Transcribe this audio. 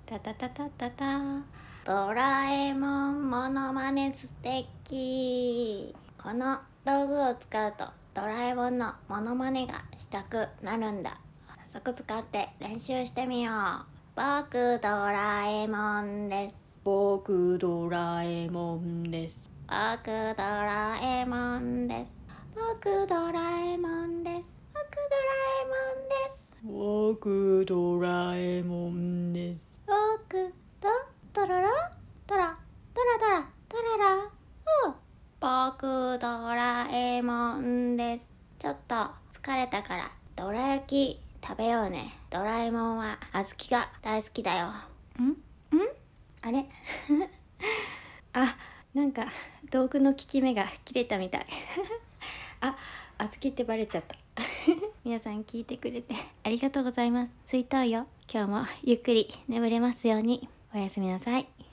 タタタタタタ。ドラえもんモノマネ素敵。この道具を使うとドラえもんのモノマネがしたくなるんだ。早速使って練習してみよう。僕ドラえもんです。 僕ドラえもんです。 僕ドラえもんです。僕ドラえもんです。僕ドラえもんです。 僕ドラえもんです。 僕ドラドラドラドラドララ。僕ドラえもんです。ちょっと疲れたからドラ焼き食べようね。ドラえもんは小豆が大好きだよ。あれあ、なんか道具の効き目が切れたみたいあ、小豆ってバレちゃった皆さん聞いてくれてありがとうございます。水筒よ。今日もゆっくり眠れますように。おやすみなさい。